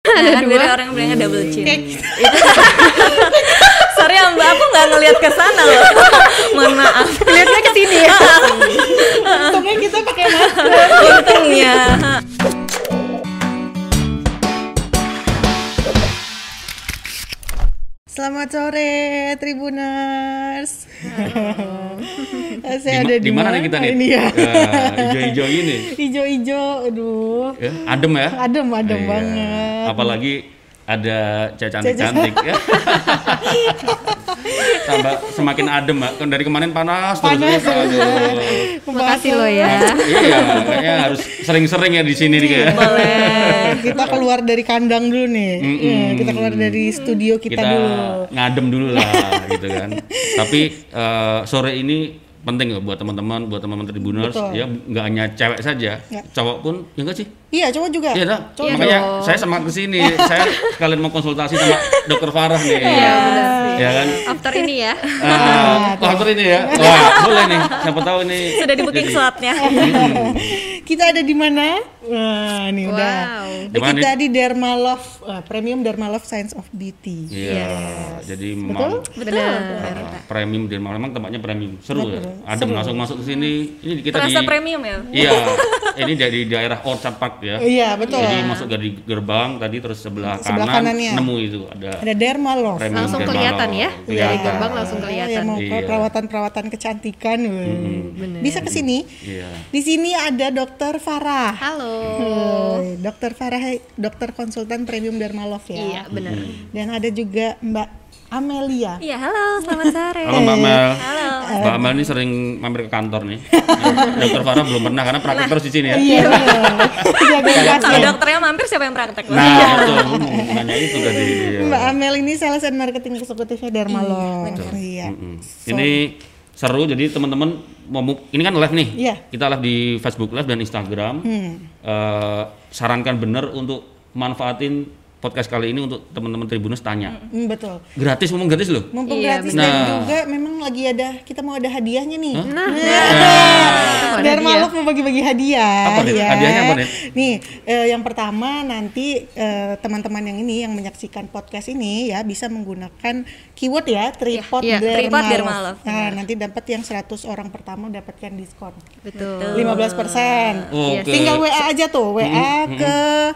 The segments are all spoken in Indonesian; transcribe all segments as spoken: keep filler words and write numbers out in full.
Ada kan dua. biar orang bilangnya double chin. Kayak- Sorry ya Mbak, aku nggak ngelihat ke sana loh. Mohon maaf. Lihatnya ke sini ya. Untungnya kita pakai masker. Untungnya. Selamat sore Tribuners. Saya Di, ada di mana nih kita nih? Ini ya. Ya, hijau-hijau ini. Hijau-hijau, aduh. Ya, adem ya? Adem, adem Iya. banget. Apalagi ada cewek cantik-cantik ya. Tambah semakin adem, Mbak. Kan dari kemarin panas, Panas. terus. Aduh. Makasih lo ya. Iya, kayaknya harus sering-sering ya di sini nih kayak. Boleh. Kita keluar dari kandang dulu nih. Mm-mm. Iya, kita keluar dari studio kita, Kita dulu. ngadem dulu lah gitu kan. Tapi eh, sore ini penting loh buat teman-teman, buat teman-teman Tribuners Betul. ya, nggak hanya cewek saja, Nggak. cowok pun ya enggak sih? Iya, cowok juga. Iya dah. Cowok Makanya dong. saya semangat kesini. Saya sekalian mau konsultasi sama Dokter Farah nih. Iya, benar sih. Ya kan? After ini ya. Ah, oh, ini ya. Wah, boleh nih. Siapa tahu ini. Sudah di booking Jadi- slotnya. Kita ada di mana? Wah, ini Wow. udah. Di mana Kita di Dermalove, uh, Premium Dermalove Science of Beauty. Iya. Jadi Betul? mau Benar. uh, premium di memang tempatnya premium. Seru ya. Betul. Adem Seru. langsung masuk ke sini. Ini kita Terasa di premium ya. Iya. Ini dari daerah Orchard Park ya. Iya, betul. Jadi masuk dari gerbang tadi terus sebelah, Sebelah kanan kanannya. nemu itu ada Ada Dermalove. premium Langsung Dermalove. kelihatan ya. Dari Kelihatan. gerbang langsung Ya, kelihatan. yang mau ke Iya. perawatan-perawatan kecantikan, weh. Bener. Bisa ke sini. Iya. Di sini ada Dokter Farah. Halo. Hai, Dokter Farah, dokter konsultan Premium Dermalove ya. Iya, benar. Dan ada juga Mbak Amelia. Iya, halo, selamat sore. Halo Mbak Mel. Halo. Mbak Mel ini sering mampir ke kantor nih. Dokter Farah belum pernah karena praktek terus di sini ya. Iya, benar. Jaga Kalau pasien. dokternya mampir, siapa yang praktek? Nah, betul. Hmm, nanya itu tadi. Iya. Mbak Amel ini sales and marketing eksekutifnya Dermalove. Iya. Mm-mm. Ini seru, jadi teman-teman mau mu- ini kan live nih. Iya. Kita live di Facebook Live dan Instagram. Eh, sarankan bener untuk manfaatin podcast kali ini untuk teman-teman Tribuners tanya. Hmm, betul. Gratis, ngomong gratis loh. Mumpung Iya, gratis benar. dan Nah. juga memang lagi ada kita mau ada hadiahnya nih. Nah, Nah, ada Dermalove mau bagi-bagi hadiah. Apa, Dit? ya. Hadiahnya apa, Dit? Nih, eh, yang pertama nanti eh, teman-teman yang ini yang menyaksikan podcast ini ya bisa menggunakan keyword ya tripod Iya, Dermalove. tripod Dermalove. Nah, nanti dapat yang seratus orang pertama dapatkan diskon betul. lima belas persen. Oke. Tinggal W A aja tuh, W A ke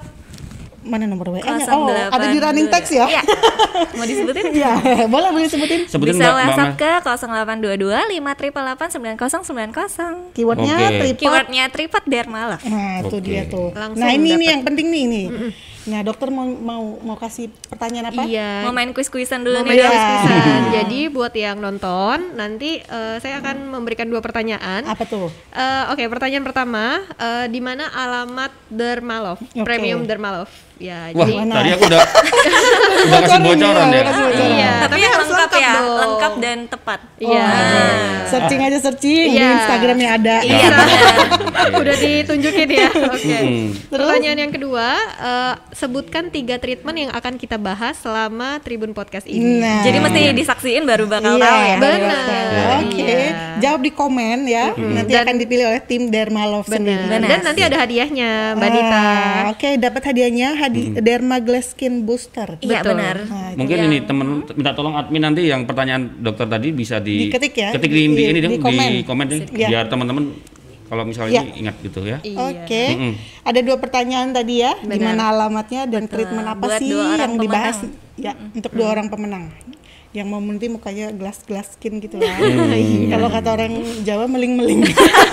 mana nomor W A-nya? Oh, ada di running text ya? Iya. Mau disebutin? Iya, boleh boleh sebutin. Sebutin Bisa Mbak, Mbak WhatsApp Mel. ke nol delapan dua dua lima delapan delapan sembilan nol sembilan nol. Keywordnya Oke. tripod. Keywordnya tripod Dermalove. Nah, itu Oke. dia tuh. Langsung Nah, ini nih dapat. yang penting nih ini. Nah, dokter mau mau mau kasih pertanyaan apa? Iya. Mau main kuis-kuisan dulu Mau nih main dok. kuis-kuisan. Jadi buat yang nonton nanti eh, saya akan memberikan dua pertanyaan. Apa tuh? Eh, Oke, pertanyaan pertama, eh, di mana alamat Dermalove, Oke. Premium Dermalove? Ya, Wah, jadi mana? tadi aku udah udah kasih bocoran iya, ya. kasih bocoran. Iya, Tapi tapi yang harus lengkap lengkap ya, dong. lengkap dan tepat. Iya. Oh, searching aja searching di Iya. Instagramnya ada. Iya. Udah ditunjukin ya. Oke. Mm-mm. Pertanyaan yang kedua, eh, sebutkan tiga treatment yang akan kita bahas selama Tribun Podcast ini. Nah. Jadi mesti disaksiin baru bakal Iya, tahu ya. Benar. Oke, Iya. jawab di komen ya. Nanti Dan- akan dipilih oleh tim Dermalove sendiri. Benar. Dan nanti ada hadiahnya, Mbak Dita. Ah, Oke, dapat hadiahnya hadi Derma Glass Skin Booster. Iya Betul. benar. Nah, itu. Mungkin ini temen minta tolong admin nanti yang pertanyaan dokter tadi bisa di Diketik ya, ketik di- di, di, ini di dong, komen. di komen deh, Iya. biar teman-teman kalau misalnya Iya. ini ingat gitu ya. Iya. Oke, Mm-mm. ada dua pertanyaan tadi ya, di Benar. mana alamatnya dan treatment apa Buat sih dua orang yang dibahas? pemenang. Ya, untuk dua orang pemenang. Yang mau nanti mukanya glass-glass skin gitu lah. Hmm. Kalau kata orang Jawa meling-meling.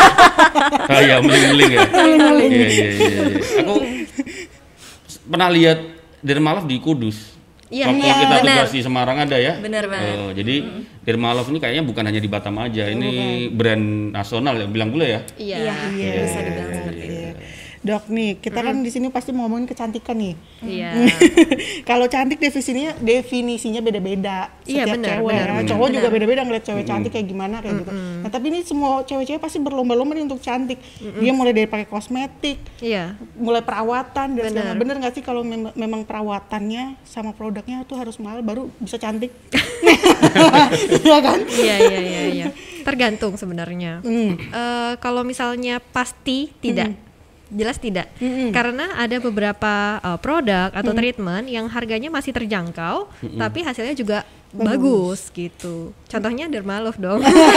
Oh iya, meling-meling ya. Iya, iya, iya, iya. Aku pernah lihat Dermalove di Kudus. Iya, Waktu iya, kita benar. tugas di Semarang ada ya. Benar banget. Oh, jadi Dermalove ini kayaknya bukan hanya di Batam aja, ini brand nasional ya, bilang boleh ya. Iya. Iya, bisa dibilang seperti itu. Dok nih, kita kan di sini pasti mau ngomongin kecantikan nih. Iya. Kalau cantik definisinya definisinya beda-beda. Iya, Setiap benar, cewek. benar, Nah, benar. cowok juga beda-beda ngeliat cewek cantik kayak gimana kayak gitu. Nah, tapi ini semua cewek-cewek pasti berlomba-lomba nih untuk cantik. Dia mulai dari pakai kosmetik, Iya. mulai perawatan dan Benar. segala. Bener nggak sih kalau mem- memang perawatannya sama produknya tuh harus mahal baru bisa cantik? Iya kan? Iya, iya, iya, iya. Tergantung sebenarnya. Hmm. Eh, kalau misalnya pasti tidak. Jelas tidak, Mm-mm. karena ada beberapa uh, produk atau treatment yang harganya masih terjangkau, tapi hasilnya juga bagus, gitu. Contohnya Dermalove dong.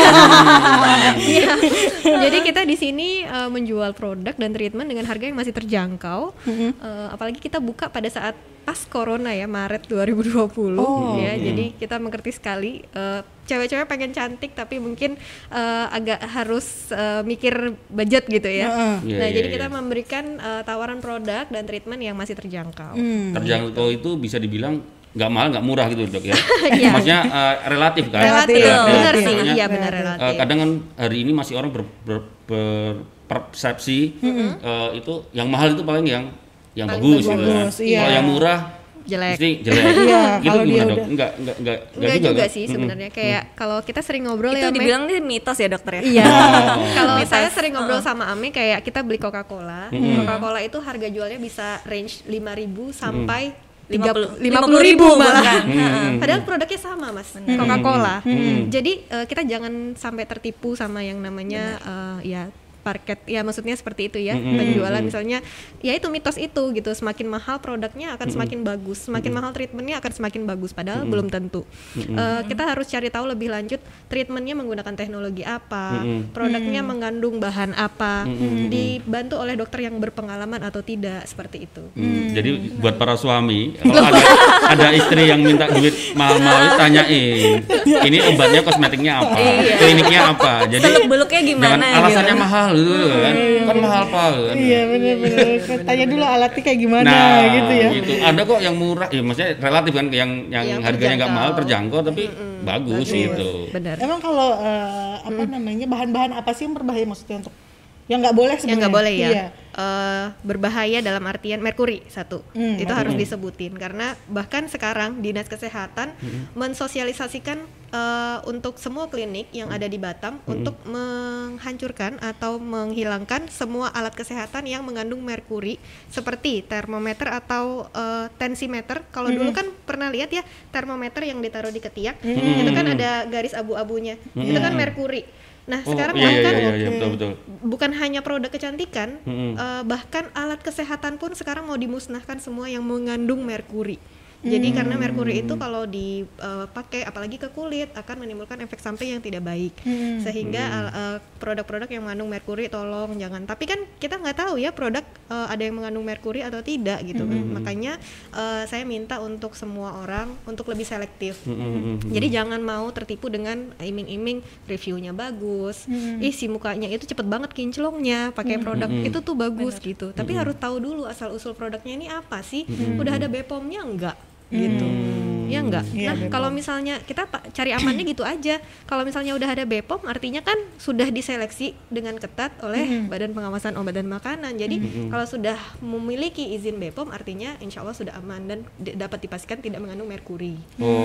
Iya. Jadi kita di sini uh, menjual produk dan treatment dengan harga yang masih terjangkau, uh, apalagi kita buka pada saat pas Corona ya, Maret dua ribu dua puluh Oh. ya. Jadi kita mengerti sekali uh, cewek-cewek pengen cantik tapi mungkin uh, agak harus uh, mikir budget gitu ya. Heeh. Iya, Nah, iya, jadi iya. kita memberikan uh, tawaran produk dan treatment yang masih terjangkau. Hmm. Terjangkau itu bisa dibilang nggak mahal nggap murah gitu dok ya. Iya. Maksudnya eh, relatif kan. Relatif, Relatif. benar Relatif. sih. Soalnya, Iya benar eh, relatif. kadang kan hari ini masih orang ber, ber- berpersepsi eh, itu yang mahal itu paling yang yang Paling bagus, gitu kan. bagus, iya. Kalau yang murah Jelek. mesti jelek. Iya, Gitu kalau dia gimana dok? udah- Enggak enggak enggak Enggak juga, kan? sih Mm-mm. sebenarnya. Kayak kalau kita sering ngobrol Itu ya, Ame. dibilang ini mitos ya dokter ya? Iya. Oh. Kalau Mitos. saya sering ngobrol sama Ame kayak kita beli Coca-Cola. Coca-Cola itu harga jualnya bisa range lima ribu sampai lima puluh lima puluh ribu malah. bahkan. Hmm. Padahal produknya sama mas, Coca-Cola. Jadi eh, kita jangan sampai tertipu sama yang namanya eh, ya parket, ya maksudnya seperti itu ya, penjualan misalnya, ya itu mitos itu gitu, semakin mahal produknya akan semakin bagus, semakin mahal treatmentnya akan semakin bagus, padahal belum tentu. Eh, kita harus cari tahu lebih lanjut treatmentnya menggunakan teknologi apa, produknya mengandung bahan apa, dibantu oleh dokter yang berpengalaman atau tidak, seperti itu. Hmm, Jadi buat para suami, kalau ada ada istri yang minta duit mahal-mahal, tanyain, ini obatnya kosmetiknya apa, kliniknya apa. Jadi Seluk-beluknya gimana jangan gitu. alasannya mahal gitu kan, kan mahal pak kan. Iya benar-benar. Tanya dulu alatnya kayak gimana Nah, gitu ya. gitu. Ada kok yang murah, ya maksudnya relatif kan, yang yang, Yang harganya nggak mahal, terjangkau. terjangkau tapi bagus gitu. Benar. Emang kalau eh, apa namanya bahan-bahan apa sih yang berbahaya maksudnya untuk yang nggak boleh sebenarnya? Yang nggak boleh ya, Iya. eh, berbahaya dalam artian merkuri satu, Hmm, itu harus disebutin karena bahkan sekarang dinas kesehatan mensosialisasikan eh, untuk semua klinik yang ada di Batam untuk menghancurkan atau menghilangkan semua alat kesehatan yang mengandung merkuri seperti termometer atau eh, tensimeter. Kalau dulu kan pernah lihat ya termometer yang ditaruh di ketiak, itu kan ada garis abu-abunya, itu kan merkuri. Nah Oh, sekarang iya, iya, bahkan iya, iya, betul betul. bukan hanya produk kecantikan, Mm-mm. eh, bahkan alat kesehatan pun sekarang mau dimusnahkan semua yang mengandung merkuri. Jadi karena merkuri itu kalau dipakai apalagi ke kulit akan menimbulkan efek samping yang tidak baik. Sehingga al- eh, produk-produk yang mengandung merkuri tolong jangan. Tapi kan kita nggak tahu ya produk eh, ada yang mengandung merkuri atau tidak gitu. Makanya eh, saya minta untuk semua orang untuk lebih selektif. Mm-mm. Jadi jangan mau tertipu dengan iming-iming reviewnya bagus. Ih si mukanya itu cepet banget kinclongnya pakai produk itu tuh bagus gitu. Tapi harus tahu dulu asal usul produknya ini apa sih? Udah ada B P O M-nya enggak? Gitu. Ya enggak. Iya, Nah, B P O M. kalau misalnya kita pa- cari amannya gitu aja. Kalau misalnya udah ada B P O M artinya kan sudah diseleksi dengan ketat oleh Badan Pengawasan Obat dan Makanan. Jadi kalau sudah memiliki izin B P O M artinya insya Allah sudah aman dan d- dapat dipastikan tidak mengandung merkuri.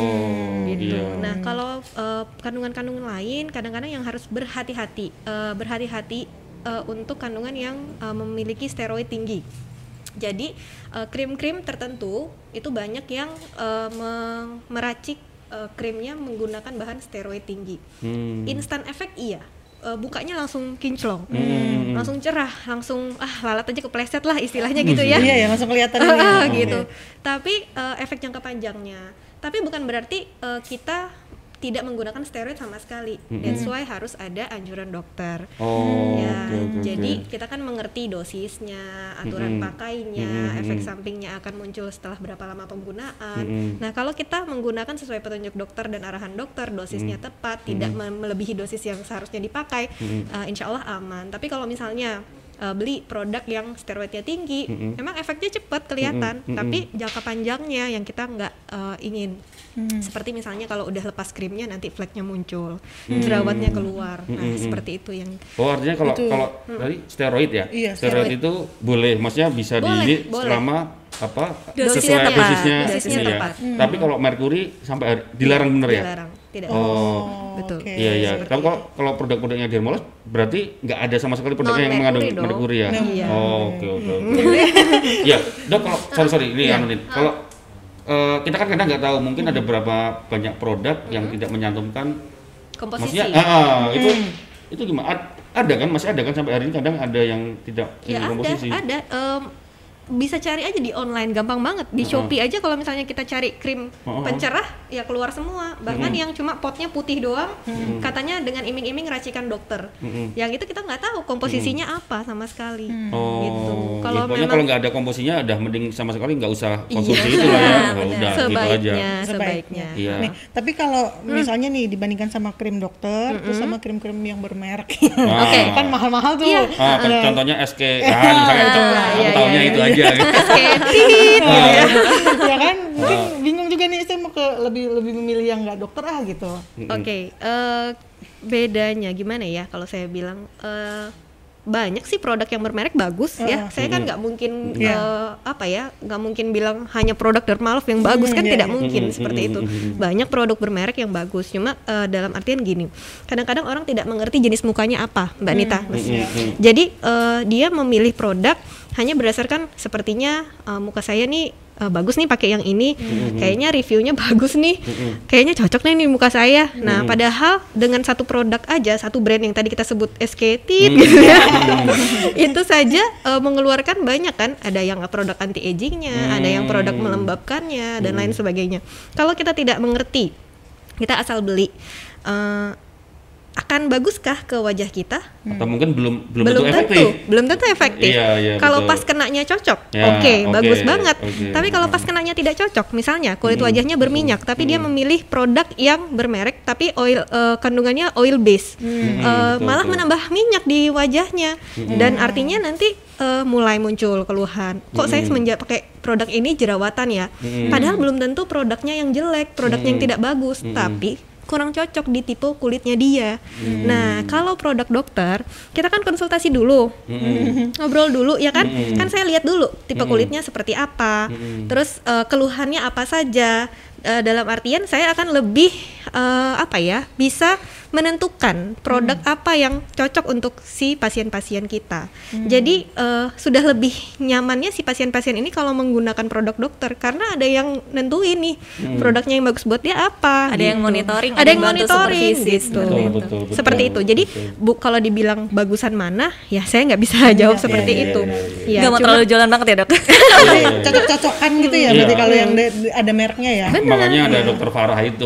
Oh, Gitu. iya. Nah, kalau eh, kandungan-kandungan lain kadang-kadang yang harus berhati-hati, eh, berhati-hati eh, untuk kandungan yang eh, memiliki steroid tinggi. Jadi eh, krim-krim tertentu itu banyak yang eh, me- meracik eh, krimnya menggunakan bahan steroid tinggi. Hmm. Instan efek iya. Eh, bukanya langsung kinclong, Hmm. langsung cerah, langsung ah lalat aja kepleset lah istilahnya gitu ya. Iya ya langsung kelihatan ini. Ah, Oke. gitu. Tapi eh, efek jangka panjangnya. Tapi bukan berarti eh, kita tidak menggunakan steroid sama sekali. That's why harus ada anjuran dokter. Oh, Ya, oke, oke, jadi oke. kita kan mengerti dosisnya, aturan Mm-mm. pakainya, Mm-mm. efek sampingnya akan muncul setelah berapa lama penggunaan. Mm-mm. Nah, kalau kita menggunakan sesuai petunjuk dokter dan arahan dokter, dosisnya tepat, tidak me- melebihi dosis yang seharusnya dipakai, eh, insya Allah aman. Tapi kalau misalnya eh, beli produk yang steroidnya tinggi, memang efeknya cepat kelihatan, Mm-mm. tapi jangka panjangnya yang kita nggak eh, ingin. Seperti misalnya kalau udah lepas krimnya nanti fleknya muncul, jerawatnya keluar. Nah, seperti itu yang Oh, artinya kalau Itu. kalau tadi steroid ya? Iya, steroid steroid. itu boleh, maksudnya bisa Boleh, di boleh. selama apa Dosisnya sesuai tepat. dosisnya, Dosisnya ini ya. tepat. Tapi kalau merkuri sampai hari- dilarang bener ya? dilarang, tidak. Oh, Betul. oke. iya iya. seperti Tapi kalau kalau produk-produknya Dermolos berarti nggak ada sama sekali produknya yang Non-merkuri mengandung dong. merkuri ya? Iya. Oh, oke oke oke. Ya, dok kalau sorry sorry ini anu nih. Kalau eh, kita kan kadang nggak tahu, mungkin ada berapa banyak produk yang tidak menyantumkan. Komposisi. Maksudnya, ah, ah, itu itu gimana? Ad- ada kan, masih ada kan sampai hari ini kadang ada yang tidak Ya ada, komposisi. ada. Um, bisa cari aja di online, gampang banget di uh-huh. Shopee aja. Kalau misalnya kita cari krim uh-huh. pencerah ya keluar semua, bahkan uh-huh. yang cuma potnya putih doang, uh-huh. katanya dengan iming-iming racikan dokter, uh-huh. yang itu kita nggak tahu komposisinya uh-huh. apa sama sekali. Oh, gitu. Kalau ya, memang kalau nggak ada komposisinya udah mending sama sekali nggak usah konsumsi iya, itu lah ya, benar. udah sebaiknya, gitu aja. Sebaiknya. Iya. Nih, tapi kalau misalnya nih dibandingkan sama krim dokter, mm-hmm. terus sama krim-krim yang bermerek, ah. oke, kan mahal-mahal tuh. Iya. Ah, uh, contohnya S K, ah, misalnya itu, Ah, aku iya, taunya iya, itu iya. aja. Gitu. S K tit, gitu ya. Ya kan, mungkin bingung juga nih, saya mau ke lebih lebih memilih yang nggak dokter ah gitu. Oke, okay, uh, bedanya gimana ya kalau saya bilang uh, banyak sih produk yang bermerek bagus uh, ya. Saya kan nggak mungkin yeah. uh, apa ya, nggak mungkin bilang hanya produk Dermalove yang bagus, kan yeah, tidak yeah. mungkin seperti itu. Banyak produk bermerek yang bagus. Cuma uh, dalam artian gini, kadang-kadang orang tidak mengerti jenis mukanya apa, Mbak Nita. Yeah. Jadi uh, dia memilih produk hanya berdasarkan sepertinya uh, muka saya nih uh, bagus nih pakai yang ini, mm-hmm. kayaknya reviewnya bagus nih, mm-hmm. kayaknya cocok nih nih muka saya. Mm-hmm. Nah, padahal dengan satu produk aja, satu brand yang tadi kita sebut S K tit mm-hmm. gitu ya, itu saja uh, mengeluarkan banyak kan. Ada yang produk anti agingnya, mm-hmm. ada yang produk melembabkannya dan mm-hmm. lain sebagainya. Kalau kita tidak mengerti, kita asal beli. Uh, akan baguskah ke wajah kita? Atau mungkin belum belum, belum tentu tentu, efektif. belum tentu efektif. Iya, iya, kalau betul. pas kenanya cocok, ya, oke, okay, okay, bagus banget. Okay. Tapi kalau pas kenanya tidak cocok, misalnya kulit hmm. wajahnya berminyak, tapi hmm. dia memilih produk yang bermerek, tapi oil uh, kandungannya oil base, hmm. uh, betul, malah betul. menambah minyak di wajahnya, hmm. dan artinya nanti uh, mulai muncul keluhan. Kok hmm. saya semenjak pakai produk ini jerawatan ya? Hmm. Padahal belum tentu produknya yang jelek, produknya hmm. yang tidak bagus, hmm. tapi kurang cocok di tipe kulitnya dia. Hmm. Nah, kalau produk dokter, kita kan konsultasi dulu, hmm. ngobrol dulu, ya kan? Hmm. Kan saya lihat dulu tipe hmm. kulitnya seperti apa, hmm. terus uh, keluhannya apa saja. Uh, dalam artian saya akan lebih uh, apa ya, bisa menentukan produk hmm. apa yang cocok untuk si pasien-pasien kita. Hmm. Jadi uh, sudah lebih nyamannya si pasien-pasien ini kalau menggunakan produk dokter, karena ada yang nentuin nih hmm. produknya yang bagus buat dia apa. Ada gitu. yang monitoring, ada, ada yang yang monitoring supervisi, gitu. Betul, betul, betul, seperti betul, itu. Jadi bu, kalau dibilang bagusan mana, ya saya nggak bisa jawab ya, seperti ya, itu. ya, ya, ya. Ya, Gak mau cuma, terlalu jualan banget ya dok. Cocok-cocokan gitu ya, berarti kalau yang de- ada mereknya ya. Benar. Makanya ada dokter Farah itu.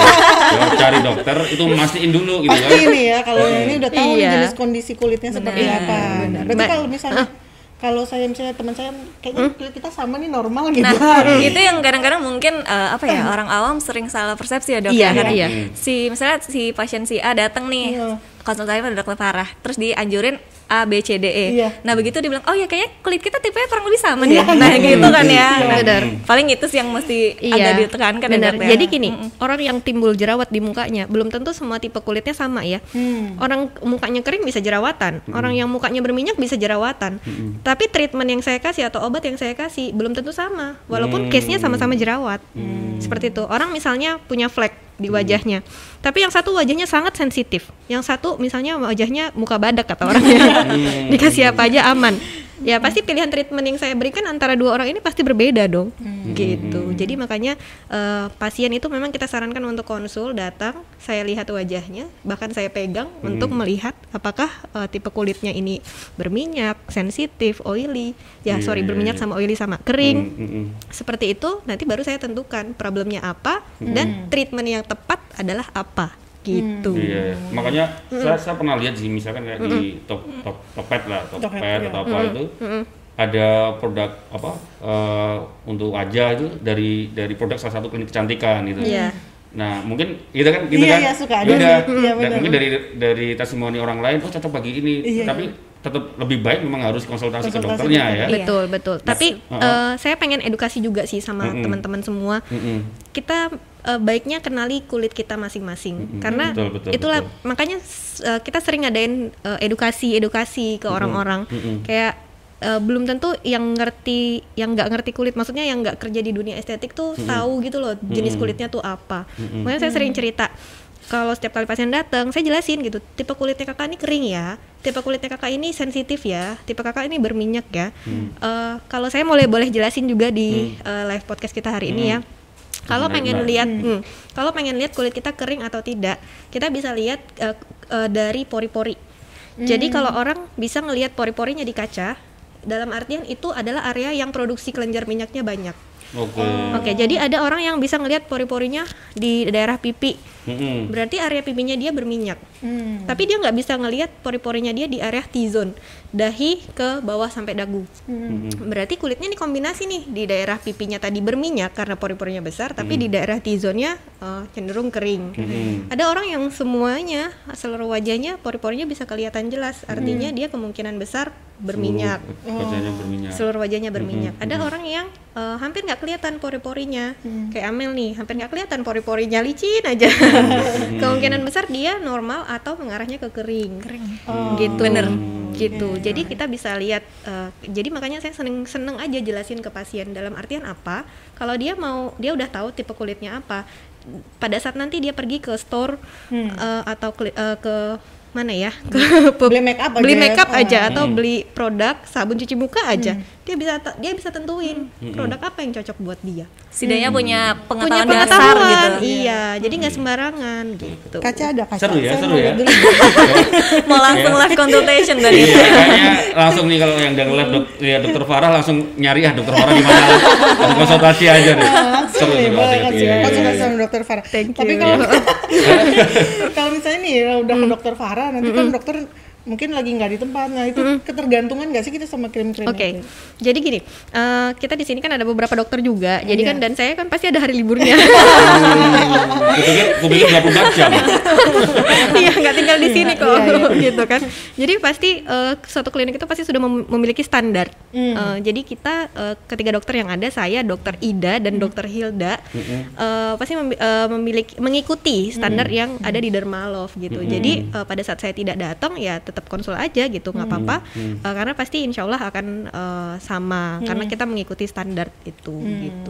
Ya, cari dokter itu mastiin dulu gitu Pasti kan. ini ya, kalau yang ini udah tahu nih Iya. jenis kondisi kulitnya seperti Benar. apa. Benar. Berarti Mbak, kalau misalnya kalau saya misalnya teman saya kayaknya kulit kita sama nih, normal gitu. Nah, itu yang kadang-kadang mungkin uh, apa ya, orang awam sering salah persepsi ya dok. Iya, Karena iya. si misalnya si pasien si A datang nih Iya. konsultasi pada dokter Farah, terus dianjurin A B C D E. Iya. Nah begitu dibilang, oh ya kayaknya kulit kita tipenya kurang lebih sama deh. Nah gitu kan ya. Nah, Benar. paling itu sih yang mesti Iya, agak ditekankan ya, benar. dok ya. Jadi gini, orang yang timbul jerawat di mukanya belum tentu semua tipe kulitnya sama ya. Hmm. Orang mukanya kering bisa jerawatan, hmm. orang yang mukanya berminyak bisa jerawatan. Hmm. Tapi treatment yang saya kasih atau obat yang saya kasih belum tentu sama, walaupun Hmm. case-nya sama-sama jerawat. Hmm. Seperti itu. Orang misalnya punya flek di wajahnya, hmm. tapi yang satu wajahnya sangat sensitif, yang satu misalnya wajahnya muka badak kata orangnya, dikasih apa aja aman. Ya pasti pilihan treatment yang saya berikan antara dua orang ini pasti berbeda dong, hmm. gitu. Jadi makanya uh, pasien itu memang kita sarankan untuk konsul, datang, saya lihat wajahnya, bahkan saya pegang hmm. untuk melihat apakah uh, tipe kulitnya ini berminyak, sensitif, oily, ya yeah, sorry yeah, berminyak yeah. sama oily sama kering, hmm, hmm. seperti itu. Nanti baru saya tentukan problemnya apa hmm. dan treatment yang tepat adalah apa. Gitu. Iya, makanya mm-hmm. saya, saya pernah lihat sih, misalkan kayak mm-hmm. di top top Topet lah, Topet Topet, atau ya. apa mm-hmm. itu mm-hmm. ada produk apa uh, untuk wajah itu dari dari produk salah satu klinik kecantikan gitu. Yeah. Nah mungkin gitu kan, gitu iya, kan. Iya, suka ada Udah, sih. Iya, dan mungkin dari dari testimoni orang lain, oh cocok bagi ini, iya, tapi iya. tetap lebih baik memang harus konsultasi, Konsultasi ke dokternya dokter. ya. Iya. Betul betul. Tapi uh-uh. uh, saya pengen edukasi juga sih sama Mm-mm. teman-teman semua. Mm-mm. Kita uh, baiknya kenali kulit kita masing-masing, Mm-mm. karena betul, betul, itulah betul. makanya uh, kita sering ngadain uh, edukasi-edukasi ke Mm-mm. orang-orang. Mm-mm. Kayak uh, belum tentu yang ngerti, yang nggak ngerti kulit, maksudnya yang nggak kerja di dunia estetik tuh Mm-mm. tahu gitu loh jenis Mm-mm. kulitnya tuh apa. Mm-mm. Makanya saya sering cerita. Kalau setiap kali pasien datang, saya jelasin gitu, tipe kulitnya kakak ini kering ya, tipe kulitnya kakak ini sensitif ya, tipe kakak ini berminyak ya. Hmm. Uh, kalau saya boleh boleh jelasin juga di hmm. uh, live podcast kita hari hmm. ini ya. Kalau pengen lihat, hmm. kalau pengen lihat kulit kita kering atau tidak, kita bisa lihat uh, uh, dari pori-pori. Jadi kalau orang bisa ngelihat pori-porinya di kaca, dalam artian itu adalah area yang produksi kelenjar minyaknya banyak. Oke. Oke, jadi ada orang yang bisa ngelihat pori-porinya di daerah pipi. Mm-mm. Berarti area pipinya dia berminyak. Hmm. Tapi dia nggak bisa ngelihat pori-porinya dia di area T-zone, dahi ke bawah sampai dagu. Mm-mm. Berarti kulitnya ini kombinasi nih, di daerah pipinya tadi berminyak karena pori-porinya besar, tapi di daerah T-zone-nya uh, cenderung kering. Mm-mm. Ada orang yang semuanya seluruh wajahnya pori-porinya bisa kelihatan jelas, artinya dia kemungkinan besar berminyak. Seluruh wajahnya berminyak. Seluruh wajahnya berminyak. Mm-hmm. Ada orang yang uh, hampir nggak kelihatan pori-porinya, kayak Amel nih, hampir nggak kelihatan pori-porinya, licin aja. Kemungkinan besar dia normal atau mengarahnya ke kering. Kering. Oh. Gitu. Bener. Gitu. Jadi kita bisa lihat. Uh, jadi makanya saya seneng seneng aja jelasin ke pasien dalam artian apa. Kalau dia mau, dia udah tahu tipe kulitnya apa. Pada saat nanti dia pergi ke store Hmm. uh, atau kli- uh, ke mana ya, ke Beli make up beli aja. make up Ah. aja atau Hmm. beli produk sabun cuci muka aja, dia bisa te- dia bisa tentuin produk apa yang cocok buat dia. Setidaknya punya Punya pengetahuan dasar pengetahuan, gitu. iya. Jadi nggak sembarangan gitu. Kaca ada kaca. Seru ya, Saya seru mau ya. lihat dulu. Mau langsung live consultation dari Iya, kayaknya langsung nih kalau yang udah live dok, ya dokter Farah langsung nyari ah dokter Farah di mana. Langsung konsultasi aja deh. Langsung Seru, nih, seru, boleh asik, kasih iya, iya, konsultasi iya. sama dokter Farah. Thank Tapi you. kalau kalau misalnya nih udah ke dokter Farah, nanti kan dokter mungkin lagi nggak di tempat. Nah itu ketergantungan nggak sih kita sama krim-krim? Oke, itu? jadi gini, eh, kita di sini kan ada beberapa dokter juga, jadi Iya. kan dan saya kan pasti ada hari liburnya. Gue pikir, gue pikir dua puluh empat jam. Iya, nggak tinggal di sini kok, Iya, gitu kan. Jadi pasti eh, suatu klinik itu pasti sudah mem- memiliki standar. Hmm. Eh, jadi kita eh, ketiga dokter yang ada, saya, dokter Ida dan dokter Hilda, eh, pasti mem- eh, memiliki mengikuti standar yang ada di Dermalove gitu. Jadi eh, pada saat saya tidak datang, ya tetap konsul aja gitu, nggak apa-apa. Eh, karena pasti insya Allah akan eh, sama, karena kita mengikuti standar itu gitu.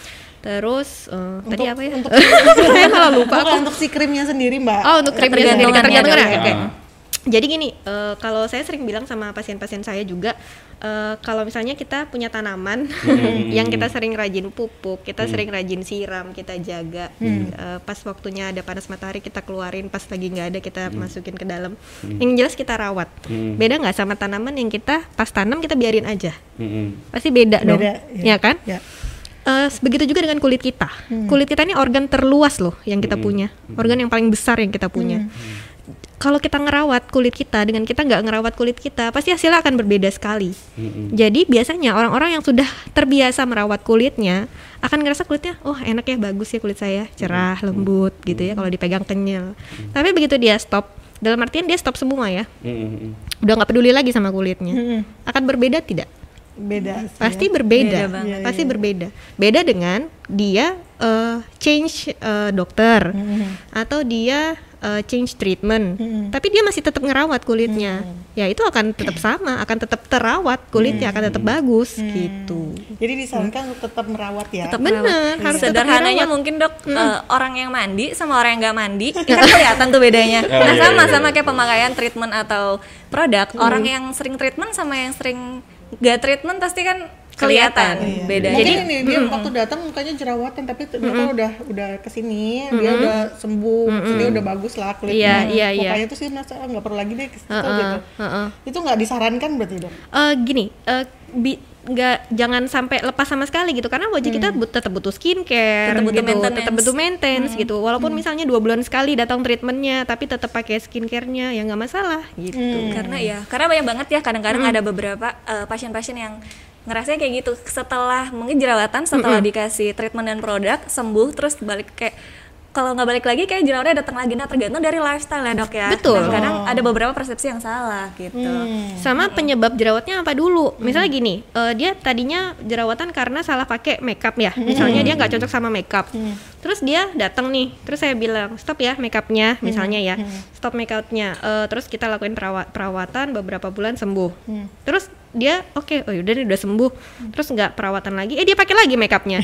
Terus eh, tadi Untuk- apa ya? untuk- Saya malah lupa. Bukan untuk si krimnya sendiri mbak. Oh, untuk krimnya sendiri, Ketergantungan ketergantungan ya, ya? Oke. Ah. Jadi gini, eh, kalau saya sering bilang sama pasien-pasien saya juga, eh, kalau misalnya kita punya tanaman yang kita sering rajin pupuk, kita sering rajin siram, kita jaga, eh, pas waktunya ada panas matahari kita keluarin, pas lagi nggak ada kita masukin ke dalam. Yang jelas kita rawat. Hmm. Beda nggak sama tanaman yang kita pas tanam kita biarin aja? Mm-mm. Pasti beda, dong, Beda, ya ya. kan? Ya. Eh, begitu juga dengan kulit kita. Kulit kita ini organ terluas loh yang kita punya, organ yang paling besar yang kita punya. Kalau kita ngerawat kulit kita dengan kita nggak ngerawat kulit kita, pasti hasilnya akan berbeda sekali. Mm-mm. Jadi biasanya orang-orang yang sudah terbiasa merawat kulitnya akan ngerasa kulitnya, oh enak ya, bagus ya kulit saya, cerah, lembut gitu ya kalau dipegang kenyal. Tapi begitu dia stop, dalam artian dia stop semua ya, Mm-mm. udah nggak peduli lagi sama kulitnya, Mm-mm. akan berbeda tidak? Beda. sih Pasti ya. berbeda, Beda banget. pasti berbeda. Beda dengan dia eh, change eh, dokter Mhm. atau dia eh, change treatment, Mhm. tapi dia masih tetap ngerawat kulitnya. Ya itu akan tetap sama, akan tetap terawat kulitnya, akan tetap bagus gitu. Jadi disarankan untuk tetap merawat ya. Tetap Bener, merawat. harus tetap Sederhananya dirawat. mungkin dok, eh, orang yang mandi sama orang yang nggak mandi kan kelihatan tuh bedanya. Oh, Nah iya, sama iya, sama iya. kayak pemakaian treatment atau produk, orang yang sering treatment sama yang sering nggak treatment pasti kan kelihatan Iya. bedanya. Mungkin Jadi ini dia waktu datang mukanya jerawatan tapi ternyata udah udah kesini dia udah sembuh, maksudnya udah bagus lah kulitnya. Iya, iya, iya. Mukanya tuh sih merasa "Ah, nggak perlu lagi deh ke situ," Heeh, gitu. heeh. Itu nggak disarankan berarti dok? Eh, gini, eh, bi- nggak jangan sampai lepas sama sekali gitu, karena wajah kita but- tetap butuh skincare, Tetap butuh gitu, maintenance. tetap butuh maintenance gitu. Walaupun misalnya dua bulan sekali datang treatmentnya, tapi tetap pakai skincare-nya ya nggak masalah gitu. karena ya karena banyak banget ya kadang-kadang ada beberapa eh, pasien-pasien yang ngerasanya kayak gitu setelah mungkin jerawatan setelah dikasih treatment dan produk sembuh terus balik kayak kalau nggak balik lagi kayak jerawatnya datang lagi. Nah tergantung dari lifestyle ya dok ya. Betul. Nah, kadang ada beberapa persepsi yang salah gitu. Sama penyebab jerawatnya apa dulu? Misalnya gini, eh, dia tadinya jerawatan karena salah pakai makeup ya. Misalnya dia nggak cocok sama makeup. Terus dia datang nih, terus saya bilang stop ya makeupnya, misalnya ya, stop makeupnya. Eh, terus kita lakuin perawa- perawatan beberapa bulan sembuh. Terus dia oke, oh yaudah nih udah sembuh. Terus nggak perawatan lagi, eh dia pakai lagi makeupnya.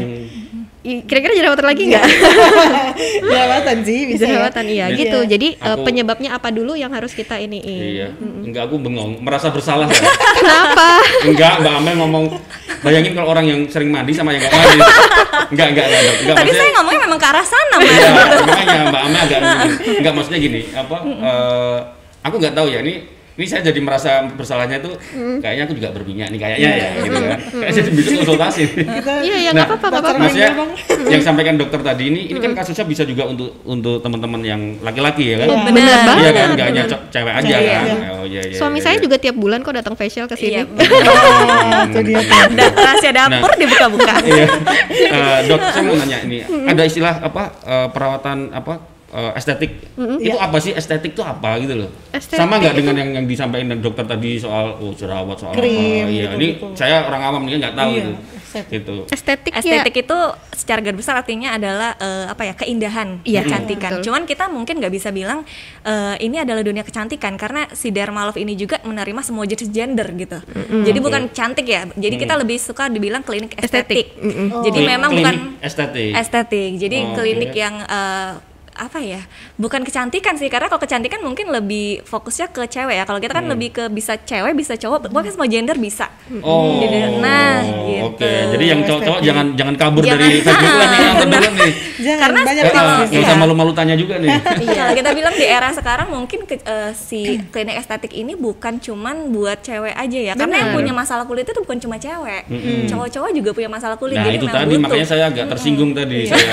I- Kira-kira jerawatan lagi nggak? Jerawatan sih bisa. Jerawatan iya Iya. gitu. Jadi eh, Aku- penyebabnya apa dulu yang harus kita iniin? Iya. Enggak, aku bengong, merasa bersalah ya. Kenapa? Enggak, Mbak Amel ngomong, bayangin kalau orang yang sering mandi sama yang enggak mandi. Enggak, enggak, enggak, enggak. enggak Tadi maksudnya- saya ngomongnya memang ke arah sana mas. Iya, makanya Mbak Amel agak gini. Enggak, maksudnya gini, apa eh, aku nggak tahu ya, ini ini saya jadi merasa bersalahnya tuh mm. kayaknya aku juga berminyak nih kayaknya ya gitu kan. Kayak jadi bisa konsultasi. Iya, ya nggak apa-apa, nggak apa-apa. Maksudnya yang sampaikan dokter tadi ini, ini kan kasusnya bisa juga untuk untuk teman-teman yang laki-laki ya kan. Oh, benar banget. Iya kan, nggak hanya cewek aja iya. kan. Oh iya iya. Suami iya, saya iya. juga tiap bulan kok datang facial ke sini. Iya. Itu dia. Da- rahasia dapur Nah. dibuka-buka. Iya. Uh, dok, saya mau nanya ini, ada istilah apa uh, perawatan apa? Uh, estetik mm-hmm. itu yeah. apa sih estetik itu apa gitu loh? Estetik sama nggak dengan yang yang disampaikan dan dokter tadi soal oh jerawat soal krim, apa? Iya, gitu, ini gitu. saya orang awam nih nggak tahu iya. itu. Estetik. Gitu. Estetik, Estetik ya. itu secara garis besar artinya adalah uh, apa ya keindahan, iya, kecantikan. betul. Cuman kita mungkin nggak bisa bilang uh, ini adalah dunia kecantikan karena si Dermalove ini juga menerima semua jenis gender gitu. Mm-hmm. Jadi bukan cantik ya. Jadi mm-hmm. kita lebih suka dibilang klinik estetik. Mm-hmm. Oh. Jadi Klinik memang bukan estetik. Estetik. Jadi oh, klinik okay. yang uh, apa ya, bukan kecantikan sih, karena kalau kecantikan mungkin lebih fokusnya ke cewek ya, kalau kita kan hmm. lebih ke bisa cewek bisa cowok, pokoknya semua gender bisa. Oh, jadi, nah gitu. Oke, okay. Jadi yang cowok-cowok jangan jangan kabur jangan, dari Facebook lah nih, nonton dulu nih. Jangan, karena banyak kalau nggak usah malu-malu tanya juga nih. Iya, kita bilang di era sekarang mungkin ke, uh, si klinik estetik ini bukan cuman buat cewek aja ya, karena Benar. yang punya masalah kulit itu bukan cuma cewek, mm-hmm. cowok-cowok juga punya masalah kulit. Nah jadi itu tadi butuh. makanya saya agak tersinggung tadi. Saya.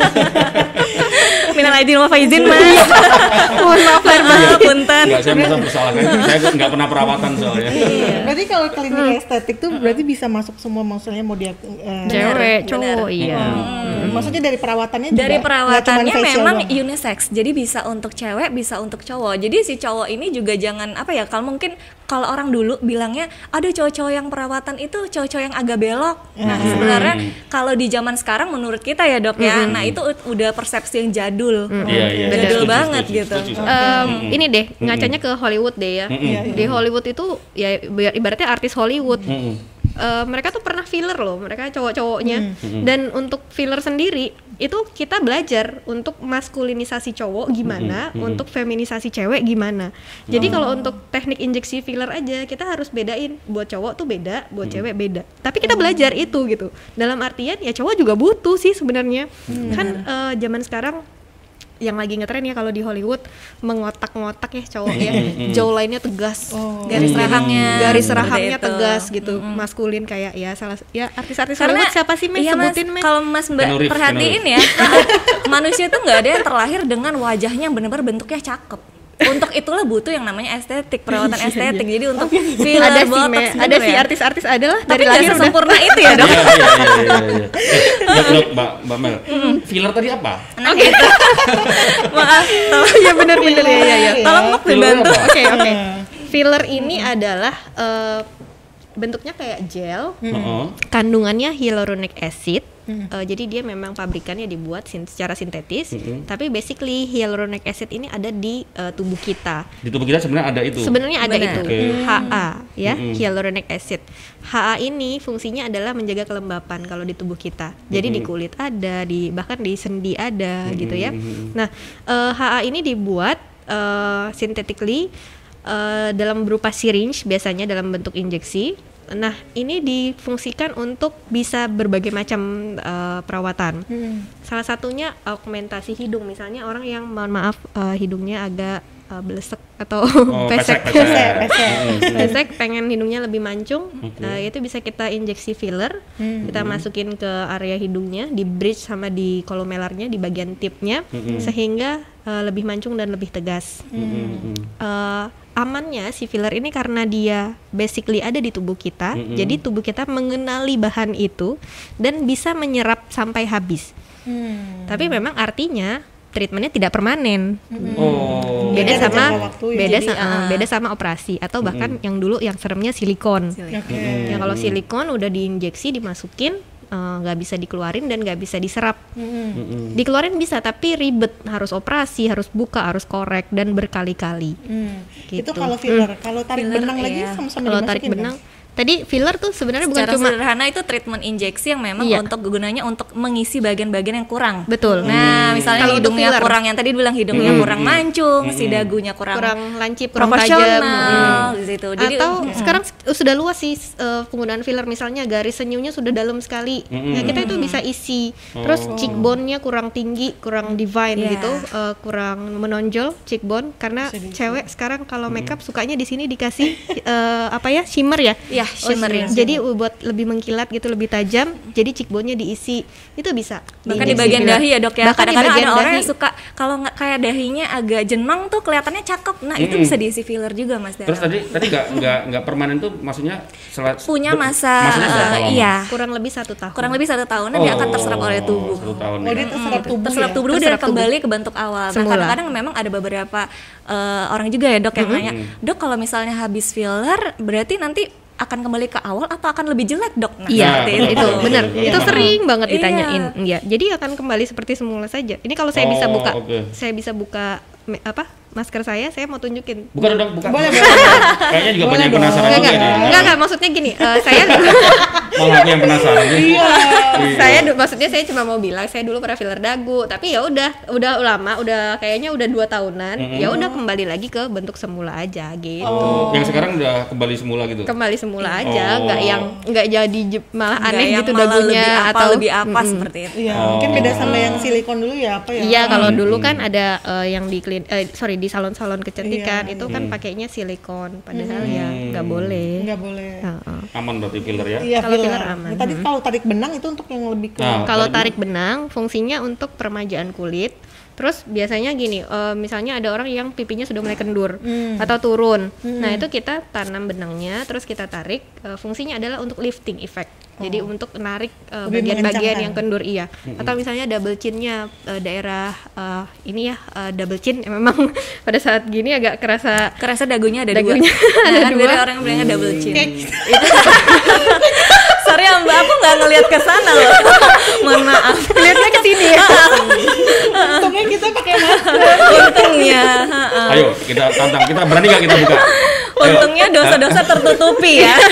Minal aidin wal faizin mas. Mohon maaf lahir batin. Punten. Enggak, saya merasa bersalah kan. Saya nggak pernah perawatan soalnya. Berarti kalau klinik estetik tuh berarti bisa masuk semua, maksudnya mau dia uh, Cewek, Benar. cowok, iya. Hmm. Maksudnya dari perawatannya juga Dari perawatannya nggak cuman facial memang doang. unisex, jadi bisa untuk cewek, bisa untuk cowok. Jadi si cowok ini juga jangan apa ya, kalau mungkin kalau orang dulu bilangnya ada cowok-cowok yang perawatan itu cowok-cowok yang agak belok. Nah Hmm. sebenarnya kalau di zaman sekarang menurut kita ya dok ya, nah itu udah persepsi yang jadul, Iya iya. jadul Setuju, banget setuju, gitu. setuju. Um, ini deh ngacanya ke Hollywood deh ya. Mm-mm. Di Hollywood itu ya ibaratnya artis Hollywood. Mm-mm. Uh, mereka tuh pernah filler loh, mereka cowok-cowoknya. Mm-hmm. Dan untuk filler sendiri itu kita belajar untuk maskulinisasi cowok gimana, mm-hmm. untuk feminisasi cewek gimana. Jadi oh. kalau untuk teknik injeksi filler aja kita harus bedain, buat cowok tuh beda, buat mm-hmm. cewek beda. Tapi kita belajar itu gitu. Dalam artian ya cowok juga butuh sih sebenarnya. Mm-hmm. Kan uh, zaman sekarang yang lagi ngetren ya kalau di Hollywood mengotak-ngotak ya cowok ya, jawline-nya tegas, oh. garis rahangnya, garis rahangnya itu. tegas gitu, mm-hmm. maskulin kayak ya salah ya artis-artis Karena Hollywood siapa sih Mes? Iya, Sebutin Mes. Kalau Mas Mbak Kenurif, perhatiin ya, manusia tuh nggak ada yang terlahir dengan wajahnya yang benar-benar bentuknya cakep. Untuk itulah butuh yang namanya estetik, perawatan estetik. Jadi untuk filler, Ada sih botox, Me, bener ada sih ya. artis-artis adalah Tapi dari nggak lahir udah. sesempurna itu ya dok. Iya iya iya iya. iya. Eh, dok, dok, Mbak Mbak Mel. Filler tadi apa? Nah gitu. Maaf, tolong Iya benar-benar ya ya ya. tolong Mbak Filler dibantu. apa? Oke oke. Filler ini adalah uh, bentuknya kayak gel, Heeh. kandungannya hyaluronic acid. Hmm. Uh, jadi dia memang pabrikannya dibuat sin- secara sintetis, hmm. tapi basically hyaluronic acid ini ada di uh, tubuh kita. Di tubuh kita sebenarnya ada itu. Sebenarnya ada Benar. itu Okay. H A ya, Mm-hmm. hyaluronic acid. H A ini fungsinya adalah menjaga kelembapan kalau di tubuh kita. Jadi Mm-hmm. di kulit ada, di bahkan di sendi ada Mm-hmm. gitu ya. Nah, uh, H A ini dibuat uh, synthetically uh, dalam berupa syringe biasanya dalam bentuk injeksi. Nah, ini difungsikan untuk bisa berbagai macam uh, perawatan. Hmm. Salah satunya augmentasi hidung, misalnya orang yang mohon maaf uh, hidungnya agak uh, belesek atau Oh, pesek, pesek, pesek. pesek. pesek, pengen hidungnya lebih mancung, Okay. uh, itu bisa kita injeksi filler, Hmm. kita masukin ke area hidungnya, di bridge sama di kolomelarnya, di bagian tipnya, Hmm. sehingga uh, lebih mancung dan lebih tegas. Hmm. Uh, amannya si filler ini karena dia basically ada di tubuh kita, Mm-hmm. jadi tubuh kita mengenali bahan itu dan bisa menyerap sampai habis. Hmm. Tapi memang artinya treatmentnya tidak permanen. Oh. Beda Ada sama jangka waktu ya. beda Jadi, sa- uh, uh, beda sama operasi atau bahkan yang dulu yang seremnya silikon. Oke. Ya kalau silikon udah diinjeksi dimasukin nggak uh, bisa dikeluarin dan nggak bisa diserap. Hmm. Dikeluarin bisa tapi ribet, harus operasi, harus buka, harus korek dan berkali-kali. Hmm. Gitu. Itu kalau filler, kalau tarik Filler, benang lagi iya. sama-sama Kalau dimasukin tarik kan? benang, tadi filler tuh sebenarnya bukan Secara cuma sederhana itu treatment injeksi yang memang Iya. untuk gunanya untuk mengisi bagian-bagian yang kurang. betul. Nah, misalnya Kalau untuk hidungnya filler. kurang, yang tadi bilang hidungnya kurang mancung, si dagunya kurang, kurang lancip, kurang tajam. proporsional di situ. Jadi Atau mm, sekarang sudah luas sih uh, penggunaan filler, misalnya garis senyumnya sudah dalam sekali. Mm-hmm. Nah, kita itu bisa isi. Terus oh. cheekbone-nya kurang tinggi, kurang divine yeah. gitu, uh, kurang menonjol cheekbone karena Sedih. cewek sekarang kalau makeup mm-hmm. sukanya di sini dikasih uh, apa ya? Shimmer ya? Iya, yeah, shimmer. Oh, jadi buat lebih mengkilat gitu, lebih tajam. Jadi cheekbone-nya diisi. Itu bisa. Bahkan di, di bagian filler. Dahi ya, Dok ya. Bahkan kadang-kadang ada orang yang suka kalau nggak kayak dahinya agak jenong tuh kelihatannya cakep. Nah, mm-hmm. itu bisa diisi filler juga, Mas Dara. Terus tadi tadi nggak nggak nggak permanen tuh maksudnya selat, punya masa uh, iya kurang lebih satu tahun kurang lebih satu tahunan oh, dia akan terserap oleh tubuh satu tahun oh, dia terserap tubuh terserap ya? tubuh dulu dan kembali ke bentuk awal. Nah, kadang-kadang memang ada beberapa uh, orang juga ya, Dok, yang mm-hmm. nanya, Dok, kalau misalnya habis filler berarti nanti akan kembali ke awal atau akan lebih jelek, Dok? Nah, iya, itu, itu benar. Iya. Itu sering banget ditanyain. Iya. Jadi akan kembali seperti semula saja. Ini kalau saya oh, bisa buka, okay. saya bisa buka me, apa masker saya, saya mau tunjukin. Bukan dong, bukan. Boleh, Kayaknya juga banyak yang penasaran enggak, juga enggak, nih. Enggak, enggak, maksudnya gini, uh, saya malah aku yang penasaran nih. Iya. Saya maksudnya saya cuma mau bilang saya dulu pernah filler dagu, tapi ya udah, udah lama, udah kayaknya udah dua tahunan, mm-hmm. ya udah kembali lagi ke bentuk semula aja gitu. Oh, yang sekarang udah kembali semula gitu. Kembali semula aja, enggak oh. yang enggak jadi malah enggak aneh gitu malah dagunya lebih apa, atau lebih apa mm-hmm. seperti itu. Iya, oh. mungkin beda sama yang silikon dulu ya, apa ya? Iya, kalau hmm. dulu kan ada uh, yang di klin, uh, sorry di salon-salon kecantikan iya. itu kan hmm. pakainya silikon, padahal hmm. ya nggak boleh. Nggak boleh. Uh-uh. Aman berarti filler ya? Iya, kalau filler. filler aman. Nah, tadi hmm. kalau tarik benang itu untuk yang lebih ke. Nah, kalau tarik benang fungsinya untuk peremajaan kulit. Terus biasanya gini, uh, misalnya ada orang yang pipinya sudah mulai kendur hmm. atau turun. Hmm. Nah, itu kita tanam benangnya, terus kita tarik. Uh, fungsinya adalah untuk lifting effect. Oh. Jadi untuk menarik uh, bagian-bagian yang kendur, iya. Hmm. Atau misalnya double chinnya uh, daerah uh, ini ya uh, double chin, ya memang pada saat gini agak kerasa kerasa dagunya ada dagunya dua. ada nah, dua. Dari orang yang bilangnya double chin. Itu sorry ya Mbak, aku nggak ngelihat ke sana loh. Mohon maaf. Lihatnya ke sini ya. Untungnya kita pakai masker. Untungnya. Ayo kita tantang, kita berani nggak kita buka? Untungnya dosa-dosa tertutupi ya.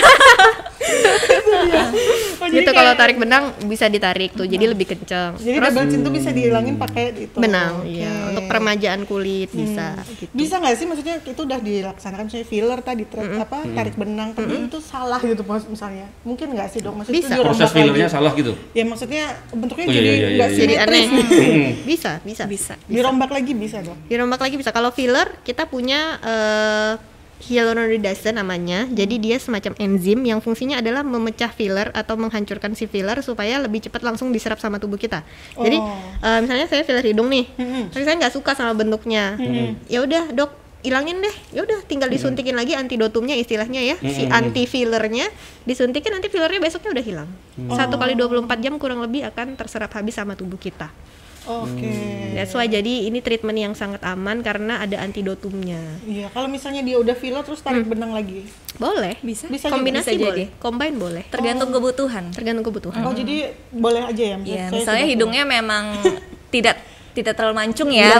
Oh, gitu kayak, kalau tarik benang bisa ditarik tuh, jadi lebih kenceng. Jadi Terus, double chin tuh bisa dihilangin pakai itu. benang, okay. iya. Untuk peremajaan kulit hmm. bisa. Gitu. Bisa nggak sih, maksudnya itu udah dilaksanakan misalnya filler tadi, mm-hmm. apa tarik benang, tapi mm-hmm. itu salah gitu misalnya. Mungkin nggak sih, Dok? Maksudnya bisa. itu Proses fillernya salah gitu? Ya maksudnya bentuknya oh, jadi iya, iya, nggak iya, jadi iya. aneh. Hmm. bisa, bisa, bisa. Dirombak lagi bisa, Dok. Dirombak lagi bisa. Kalau filler kita punya uh, hyaluronidase namanya. Jadi dia semacam enzim yang fungsinya adalah memecah filler atau menghancurkan si filler supaya lebih cepat langsung diserap sama tubuh kita. Oh. Jadi uh, misalnya saya filler hidung nih, mm-hmm. tapi saya nggak suka sama bentuknya. Mm-hmm. Ya udah, Dok, ilangin deh. Ya udah, tinggal disuntikin mm-hmm. lagi antidotumnya istilahnya ya. Mm-hmm. Si anti fillernya disuntikin, nanti fillernya besoknya udah hilang. Mm-hmm. Satu kali dua puluh empat jam kurang lebih akan terserap habis sama tubuh kita. Oke. Okay. That's why jadi ini treatment yang sangat aman karena ada antidotumnya. Iya, kalau misalnya dia udah filler terus tarik hmm. benang lagi. Boleh, bisa. Bisa kombinasi juga, boleh, combine boleh. Tergantung oh. kebutuhan. Tergantung kebutuhan. Oh, hmm. jadi boleh aja ya? Iya, misalnya hidungnya memang tidak tidak terlalu mancung ya.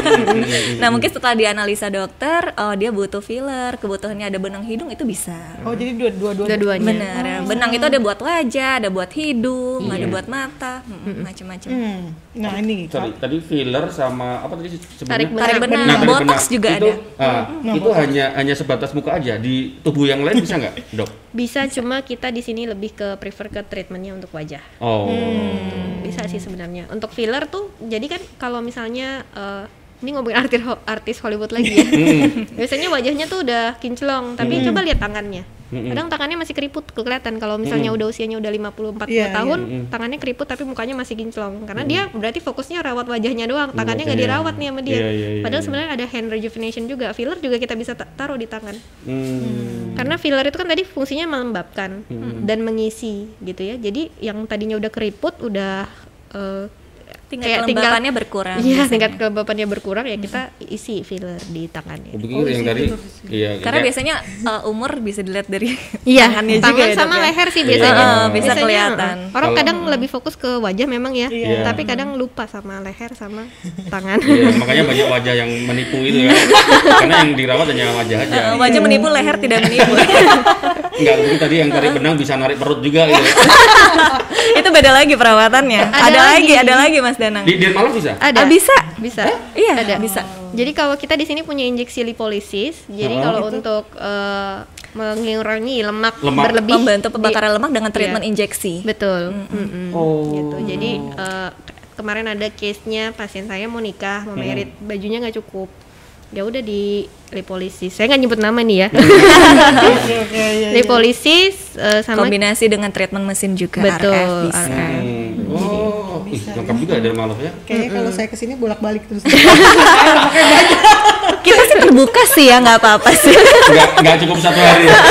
Nah, mungkin setelah dianalisa dokter, oh dia butuh filler, kebutuhannya ada benang hidung, itu bisa. Oh, jadi dua-dua dua-duanya. Benar. Oh. Benang itu ada buat wajah, ada buat hidung, iya. ada buat mata, hmm, macam-macam. Hmm. Nah, ini Sorry, tadi filler sama apa tadi sebelumnya? Tarik benang, tarik benang, nah, botox benang. juga itu, ada. Uh, nah, itu hanya hanya sebatas muka aja, di tubuh yang lain bisa nggak, Dok? Bisa, cuma kita di sini lebih ke prefer ke treatmentnya untuk wajah. Oh. Hmm. Bisa sih sebenarnya. Untuk filler tuh, jadi kan kalau misalnya uh, ini ngomongin artis artis Hollywood lagi ya. Biasanya wajahnya tuh udah kinclong, tapi hmm. coba lihat tangannya. Kadang tangannya masih keriput kelihatan kalau misalnya udah usianya udah lima puluh empat puluh yeah, tahun, yeah. tangannya keriput tapi mukanya masih kinclong. Karena hmm. dia berarti fokusnya rawat wajahnya doang, tangannya nggak okay. dirawat nih sama dia. Yeah, yeah, yeah, Padahal yeah. sebenarnya ada hand rejuvenation juga. Filler juga kita bisa t- taruh di tangan. Hmm. Karena filler itu kan tadi fungsinya melembabkan hmm. dan mengisi gitu ya. Jadi yang tadinya udah keriput udah uh, tingkat kelembapannya berkurang. Iya, tingkat kelembapannya berkurang ya kita isi filler di tangannya. Oh, yang dari iya. Karena ya. biasanya uh, umur bisa dilihat dari iya, tangannya tangan juga sama ya, leher sih iya. biasanya. Uh, bisa biasanya, kelihatan. Uh, orang kadang hmm. lebih fokus ke wajah memang ya, iya. tapi kadang lupa sama leher sama tangan. Iya, makanya banyak wajah yang menipu itu kan. Karena yang dirawat hanya wajah aja. Uh, wajah menipu, leher tidak menipu. Enggak, mungkin tadi yang tarik benang bisa narik perut juga gitu. Itu beda lagi perawatannya. Ada, ada lagi, ada lagi Mas Danang. Di Dian Malam bisa? Ada. Ah, bisa. Bisa. Eh? Iya, ada. Bisa. Jadi kalau kita di sini punya injeksi lipolisis. Jadi oh, kalau itu? untuk uh, mengurangi lemak, Lemak. berlebih, Membantu pembakaran di- lemak dengan treatment iya. injeksi. Betul. Mm-mm. Oh. Gitu. Jadi eh, kemarin ada case-nya pasien saya mau nikah, mau merit, bajunya nggak cukup. Ya udah di lipolisis. Saya nggak nyebut nama nih ya. Oke, oke, iya, iya. Lipolisis eh, sama Kombinasi dengan treatment mesin juga. betul. R F bisa. R F. Hmm. Oh, ih, Bisa, lengkap juga ya Dermalove ya. Kayaknya kalau saya kesini bolak-balik terus. Kita sih terbuka sih ya, nggak apa-apa sih. Nggak nggak cukup satu hari ya.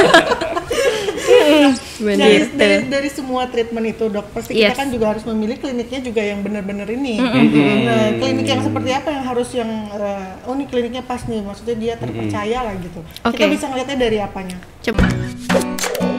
dari, Gitu. dari dari semua treatment itu dok, pasti kita Yes. kan juga harus memilih kliniknya juga yang benar-benar ini. Nah, klinik yang seperti apa yang harus yang eh, oh ini kliniknya pas nih, maksudnya dia terpercaya lah gitu. Kita Oke. bisa ngeliatnya dari apanya? Coba.